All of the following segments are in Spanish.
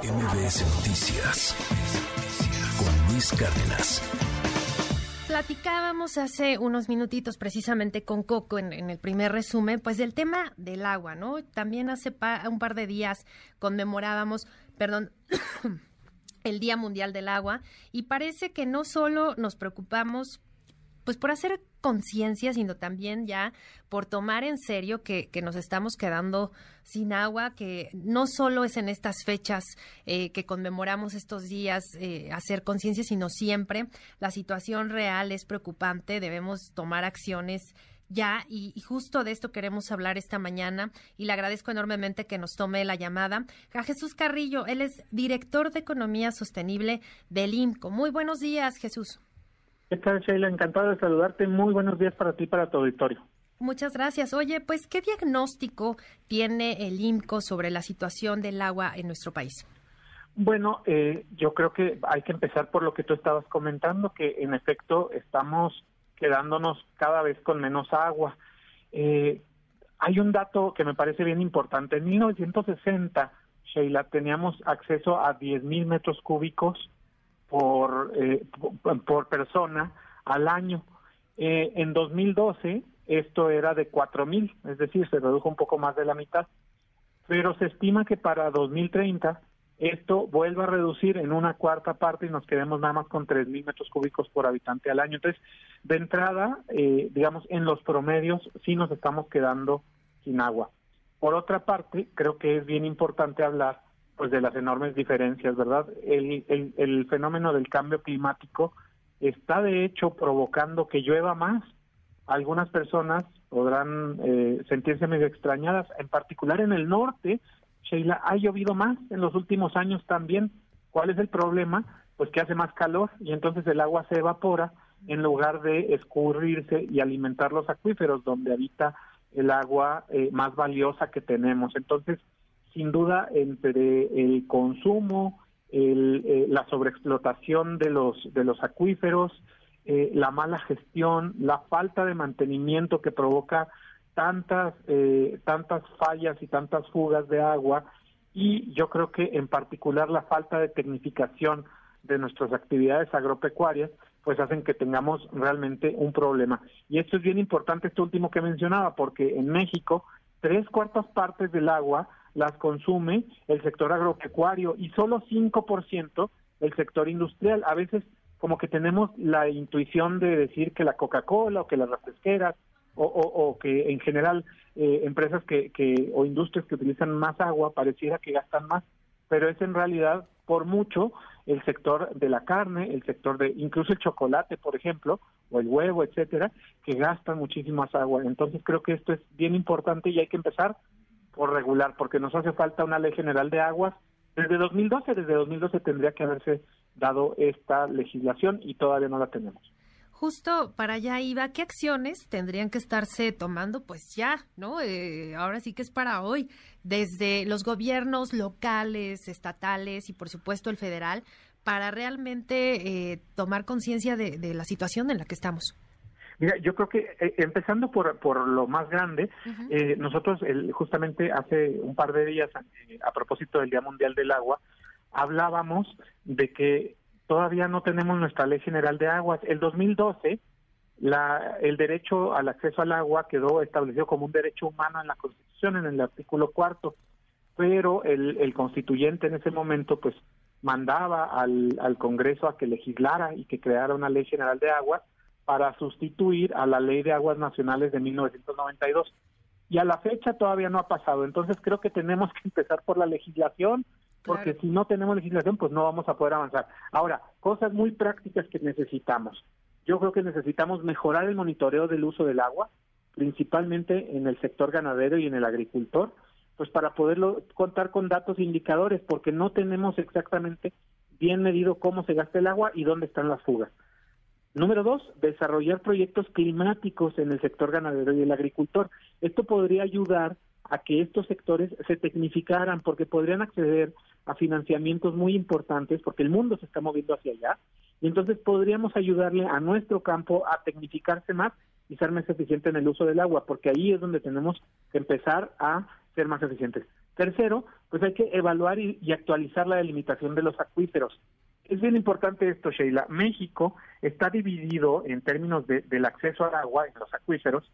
MBS Noticias con Luis Cárdenas. Platicábamos hace unos minutitos precisamente con Coco en el primer resumen, pues del tema del agua, ¿no? También hace un par de días conmemorábamos, el Día Mundial del Agua, y parece que no solo nos preocupamos pues por hacer conciencia, sino también ya por tomar en serio que nos estamos quedando sin agua, que no solo es en estas fechas que conmemoramos estos días hacer conciencia, sino siempre. La situación real es preocupante, debemos tomar acciones ya, y justo de esto queremos hablar esta mañana, y le agradezco enormemente que nos tome la llamada a Jesús Carrillo. Él es director de Economía Sostenible del IMCO. Muy buenos días, Jesús. ¿Qué tal, Sheila? Encantado de saludarte. Muy buenos días para ti y para tu auditorio. Muchas gracias. Oye, pues, ¿qué diagnóstico tiene el IMCO sobre la situación del agua en nuestro país? Bueno, yo creo que hay que empezar por lo que tú estabas comentando, que en efecto estamos quedándonos cada vez con menos agua. Hay un dato que me parece bien importante. En 1960, Sheila, teníamos acceso a 10,000 metros cúbicos por persona al año. En 2012 esto era de 4,000, es decir, se redujo un poco más de la mitad, pero se estima que para 2030 esto vuelva a reducir en una cuarta parte y nos quedemos nada más con 3,000 metros cúbicos por habitante al año. Entonces, de entrada, digamos, en los promedios sí nos estamos quedando sin agua. Por otra parte, creo que es bien importante hablar pues de las enormes diferencias, ¿verdad? El fenómeno del cambio climático está de hecho provocando que llueva más. Algunas personas podrán sentirse medio extrañadas, en particular en el norte, Sheila, ha llovido más en los últimos años también. ¿Cuál es el problema? Pues que hace más calor y entonces el agua se evapora en lugar de escurrirse y alimentar los acuíferos donde habita el agua más valiosa que tenemos. Entonces, sin duda, entre el consumo, la sobreexplotación de los acuíferos, la mala gestión, la falta de mantenimiento que provoca tantas fallas y tantas fugas de agua, y yo creo que en particular la falta de tecnificación de nuestras actividades agropecuarias, pues hacen que tengamos realmente un problema. Y esto es bien importante, esto último que mencionaba, porque en México 3/4 partes del agua las consume el sector agropecuario y solo 5% el sector industrial. A veces como que tenemos la intuición de decir que la Coca-Cola o que las refresqueras o que en general empresas o industrias que utilizan más agua pareciera que gastan más, pero es en realidad por mucho el sector de la carne, el sector de incluso el chocolate, por ejemplo, o el huevo, etcétera, que gastan muchísimo más agua. Entonces creo que esto es bien importante y hay que empezar por regular, porque nos hace falta una ley general de aguas. Desde 2012 tendría que haberse dado esta legislación y todavía no la tenemos. Justo para allá iba, ¿qué acciones tendrían que estarse tomando? Pues ya, ¿no? Ahora sí que es para hoy, desde los gobiernos locales, estatales y por supuesto el federal, para realmente tomar conciencia de la situación en la que estamos. Mira, yo creo que empezando por lo más grande, uh-huh. Nosotros justamente hace un par de días, a propósito del Día Mundial del Agua, hablábamos de que todavía no tenemos nuestra Ley General de Aguas. El 2012, el derecho al acceso al agua quedó establecido como un derecho humano en la Constitución, en el artículo 4, pero el constituyente en ese momento pues mandaba al Congreso a que legislara y que creara una Ley General de Aguas para sustituir a la Ley de Aguas Nacionales de 1992. Y a la fecha todavía no ha pasado. Entonces creo que tenemos que empezar por la legislación, porque claro, si no tenemos legislación, pues no vamos a poder avanzar. Ahora, cosas muy prácticas que necesitamos. Yo creo que necesitamos mejorar el monitoreo del uso del agua, principalmente en el sector ganadero y en el agricultor, pues para poderlo contar con datos e indicadores, porque no tenemos exactamente bien medido cómo se gasta el agua y dónde están las fugas. Número 2, desarrollar proyectos climáticos en el sector ganadero y el agricultor. Esto podría ayudar a que estos sectores se tecnificaran, porque podrían acceder a financiamientos muy importantes, porque el mundo se está moviendo hacia allá, y entonces podríamos ayudarle a nuestro campo a tecnificarse más y ser más eficiente en el uso del agua, porque ahí es donde tenemos que empezar a ser más eficientes. Tercero, pues hay que evaluar y actualizar la delimitación de los acuíferos. Es bien importante esto, Sheila. México está dividido en términos del acceso al agua en los acuíferos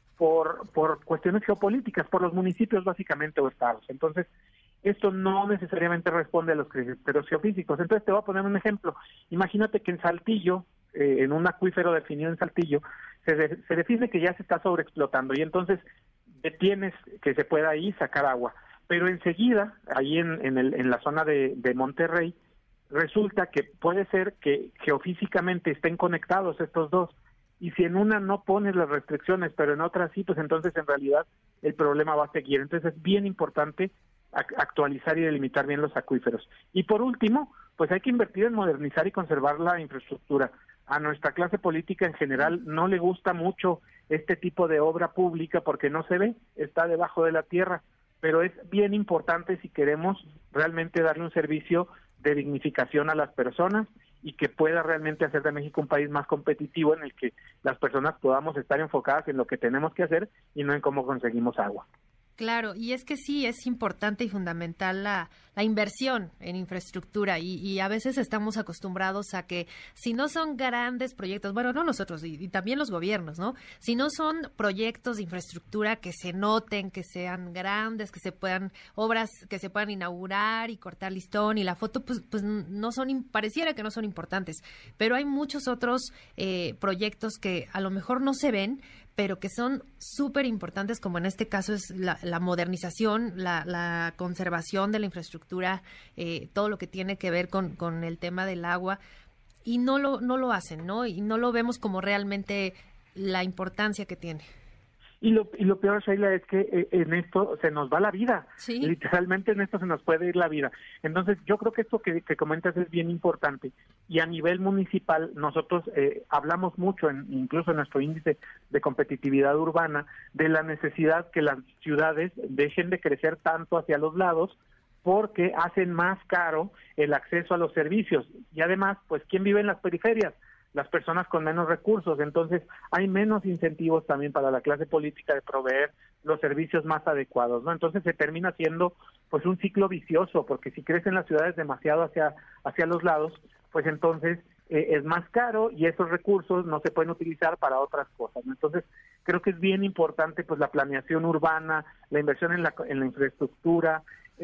por cuestiones geopolíticas, por los municipios básicamente o estados. Entonces, esto no necesariamente responde a los criterios geofísicos. Entonces, te voy a poner un ejemplo. Imagínate que en Saltillo, en un acuífero definido en Saltillo, se define que ya se está sobreexplotando y entonces detienes que se pueda ahí sacar agua. Pero enseguida, ahí en la zona de Monterrey, resulta que puede ser que geofísicamente estén conectados estos dos, y si en una no pones las restricciones, pero en otra sí, pues entonces en realidad el problema va a seguir. Entonces es bien importante actualizar y delimitar bien los acuíferos. Y por último, pues hay que invertir en modernizar y conservar la infraestructura. A nuestra clase política en general no le gusta mucho este tipo de obra pública porque no se ve, está debajo de la tierra, pero es bien importante si queremos realmente darle un servicio de dignificación a las personas y que pueda realmente hacer de México un país más competitivo en el que las personas podamos estar enfocadas en lo que tenemos que hacer y no en cómo conseguimos agua. Claro, y es que sí, es importante y fundamental la inversión en infraestructura y a veces estamos acostumbrados a que si no son grandes proyectos, bueno, no nosotros y también los gobiernos, ¿no? Si no son proyectos de infraestructura que se noten, que sean grandes, que se puedan, obras que se puedan inaugurar y cortar listón y la foto, pues no son, pareciera que no son importantes, pero hay muchos otros proyectos que a lo mejor no se ven, pero que son súper importantes, como en este caso es la modernización, la conservación de la infraestructura, todo lo que tiene que ver con el tema del agua, y no lo hacen, ¿no? Y no lo vemos como realmente la importancia que tiene. Y lo peor, Sheila, es que en esto se nos va la vida. ¿Sí? Literalmente en esto se nos puede ir la vida. Entonces, yo creo que esto que comentas es bien importante. Y a nivel municipal, nosotros hablamos mucho, incluso en nuestro índice de competitividad urbana, de la necesidad que las ciudades dejen de crecer tanto hacia los lados, porque hacen más caro el acceso a los servicios. Y además, pues, ¿quién vive en las periferias? Las personas con menos recursos. Entonces hay menos incentivos también para la clase política de proveer los servicios más adecuados, ¿no? Entonces se termina siendo pues un ciclo vicioso, porque si crecen las ciudades demasiado hacia los lados, pues entonces es más caro y esos recursos no se pueden utilizar para otras cosas, ¿no? Entonces creo que es bien importante pues la planeación urbana, la inversión en la infraestructura.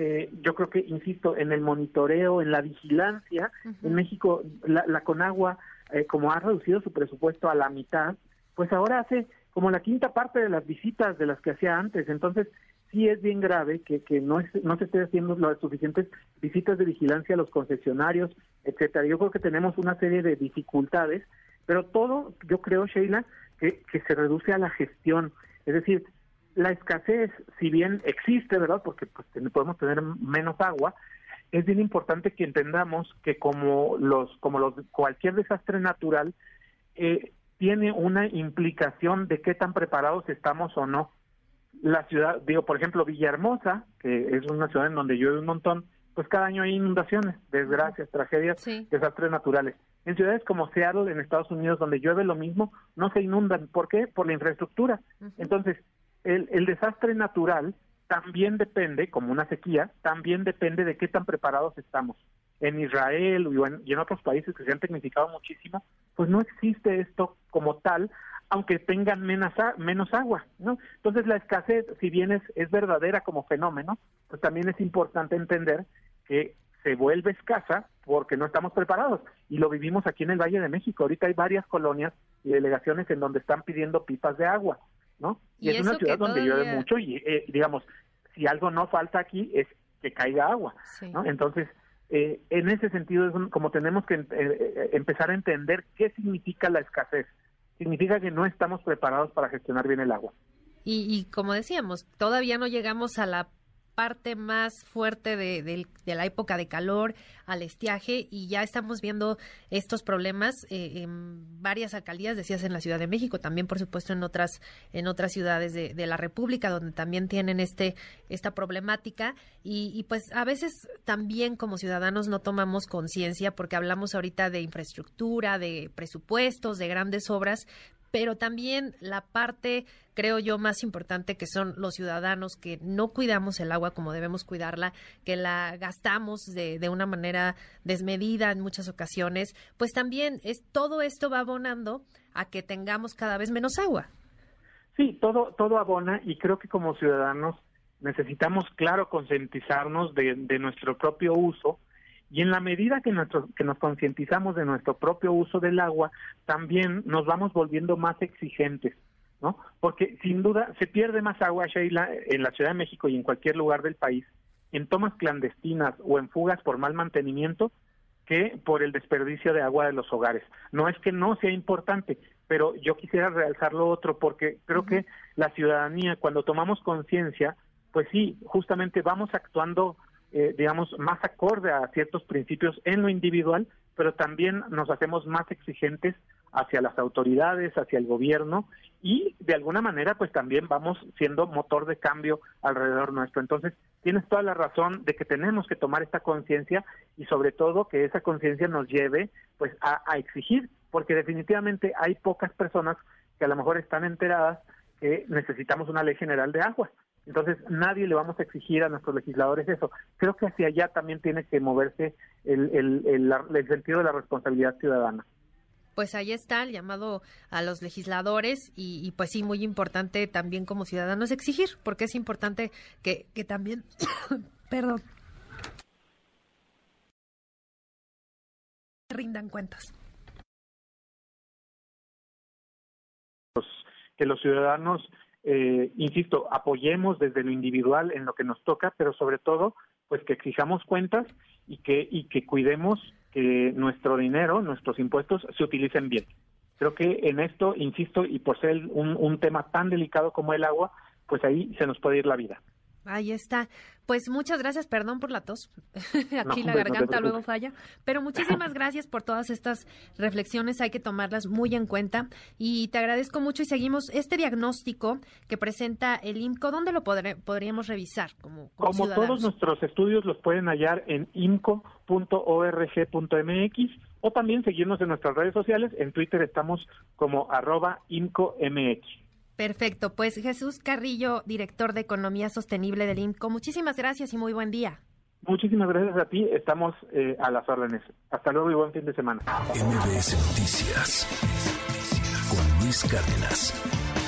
Yo creo que, insisto, en el monitoreo, en la vigilancia. Uh-huh. En México la Conagua, como ha reducido su presupuesto a la mitad, pues ahora hace como la quinta parte de las visitas de las que hacía antes. Entonces sí es bien grave que no se esté haciendo las suficientes visitas de vigilancia a los concesionarios, etcétera. Yo creo que tenemos una serie de dificultades, pero todo, yo creo, Sheila, que se reduce a la gestión. Es decir, la escasez, si bien existe, ¿verdad?, porque pues podemos tener menos agua, es bien importante que entendamos que como cualquier desastre natural tiene una implicación de qué tan preparados estamos o no. La ciudad, por ejemplo, Villahermosa, que es una ciudad en donde llueve un montón, pues cada año hay inundaciones, desgracias, tragedias, sí, desastres naturales. En ciudades como Seattle, en Estados Unidos, donde llueve lo mismo, no se inundan. ¿Por qué? Por la infraestructura. Uh-huh. Entonces, el desastre natural también depende, como una sequía, también depende de qué tan preparados estamos. En Israel y en otros países que se han tecnificado muchísimo, pues no existe esto como tal, aunque tengan menos agua, ¿no? Entonces la escasez, si bien es verdadera como fenómeno, pues también es importante entender que se vuelve escasa porque no estamos preparados, y lo vivimos aquí en el Valle de México. Ahorita hay varias colonias y delegaciones en donde están pidiendo pipas de agua, ¿no? Y es una ciudad donde llueve mucho y, digamos, si algo no falta aquí es que caiga agua, sí, ¿no? Entonces, en ese sentido es como tenemos que empezar a entender qué significa la escasez. Significa que no estamos preparados para gestionar bien el agua. Y como decíamos, todavía no llegamos a la parte más fuerte de la época de calor, al estiaje, y ya estamos viendo estos problemas en varias alcaldías, decías en la Ciudad de México, también por supuesto en otras ciudades de la República, donde también tienen esta problemática, y pues a veces también como ciudadanos no tomamos conciencia, porque hablamos ahorita de infraestructura, de presupuestos, de grandes obras, pero también la parte, creo yo, más importante, que son los ciudadanos que no cuidamos el agua como debemos cuidarla, que la gastamos de una manera desmedida en muchas ocasiones, pues también todo esto va abonando a que tengamos cada vez menos agua. Sí, todo abona, y creo que como ciudadanos necesitamos, claro, concientizarnos de nuestro propio uso, y en la medida que nos concientizamos de nuestro propio uso del agua, también nos vamos volviendo más exigentes, ¿no? Porque sin duda se pierde más agua, Sheila, en la Ciudad de México y en cualquier lugar del país, en tomas clandestinas o en fugas por mal mantenimiento, que por el desperdicio de agua de los hogares. No es que no sea importante, pero yo quisiera realzar lo otro, porque creo que la ciudadanía, cuando tomamos conciencia, pues sí, justamente vamos actuando, digamos, más acorde a ciertos principios en lo individual, pero también nos hacemos más exigentes hacia las autoridades, hacia el gobierno, y de alguna manera pues también vamos siendo motor de cambio alrededor nuestro. Entonces tienes toda la razón de que tenemos que tomar esta conciencia, y sobre todo que esa conciencia nos lleve pues a exigir, porque definitivamente hay pocas personas que a lo mejor están enteradas que necesitamos una ley general de agua. Entonces nadie le vamos a exigir a nuestros legisladores eso. Creo que hacia allá también tiene que moverse el sentido de la responsabilidad ciudadana. Pues ahí está el llamado a los legisladores, y pues sí, muy importante también como ciudadanos exigir, porque es importante que también, perdón, rindan cuentas. Que los ciudadanos, insisto, apoyemos desde lo individual en lo que nos toca, pero sobre todo, pues que exijamos cuentas y que cuidemos que nuestro dinero, nuestros impuestos se utilicen bien. Creo que en esto, insisto, y por ser un tema tan delicado como el agua, pues ahí se nos puede ir la vida. Ahí está. Pues muchas gracias, perdón por la tos. Aquí la garganta luego falla. Pero muchísimas gracias por todas estas reflexiones, hay que tomarlas muy en cuenta. Y te agradezco mucho, y seguimos este diagnóstico que presenta el IMCO. ¿Dónde lo podríamos revisar como ciudadanos? Todos nuestros estudios los pueden hallar en imco.org.mx, o también seguirnos en nuestras redes sociales. En Twitter estamos como @IMCOMX. Perfecto, pues Jesús Carrillo, director de Economía Sostenible del IMCO, muchísimas gracias y muy buen día. Muchísimas gracias a ti, estamos a las órdenes. Hasta luego y buen fin de semana. MBS Noticias con Luis Cárdenas.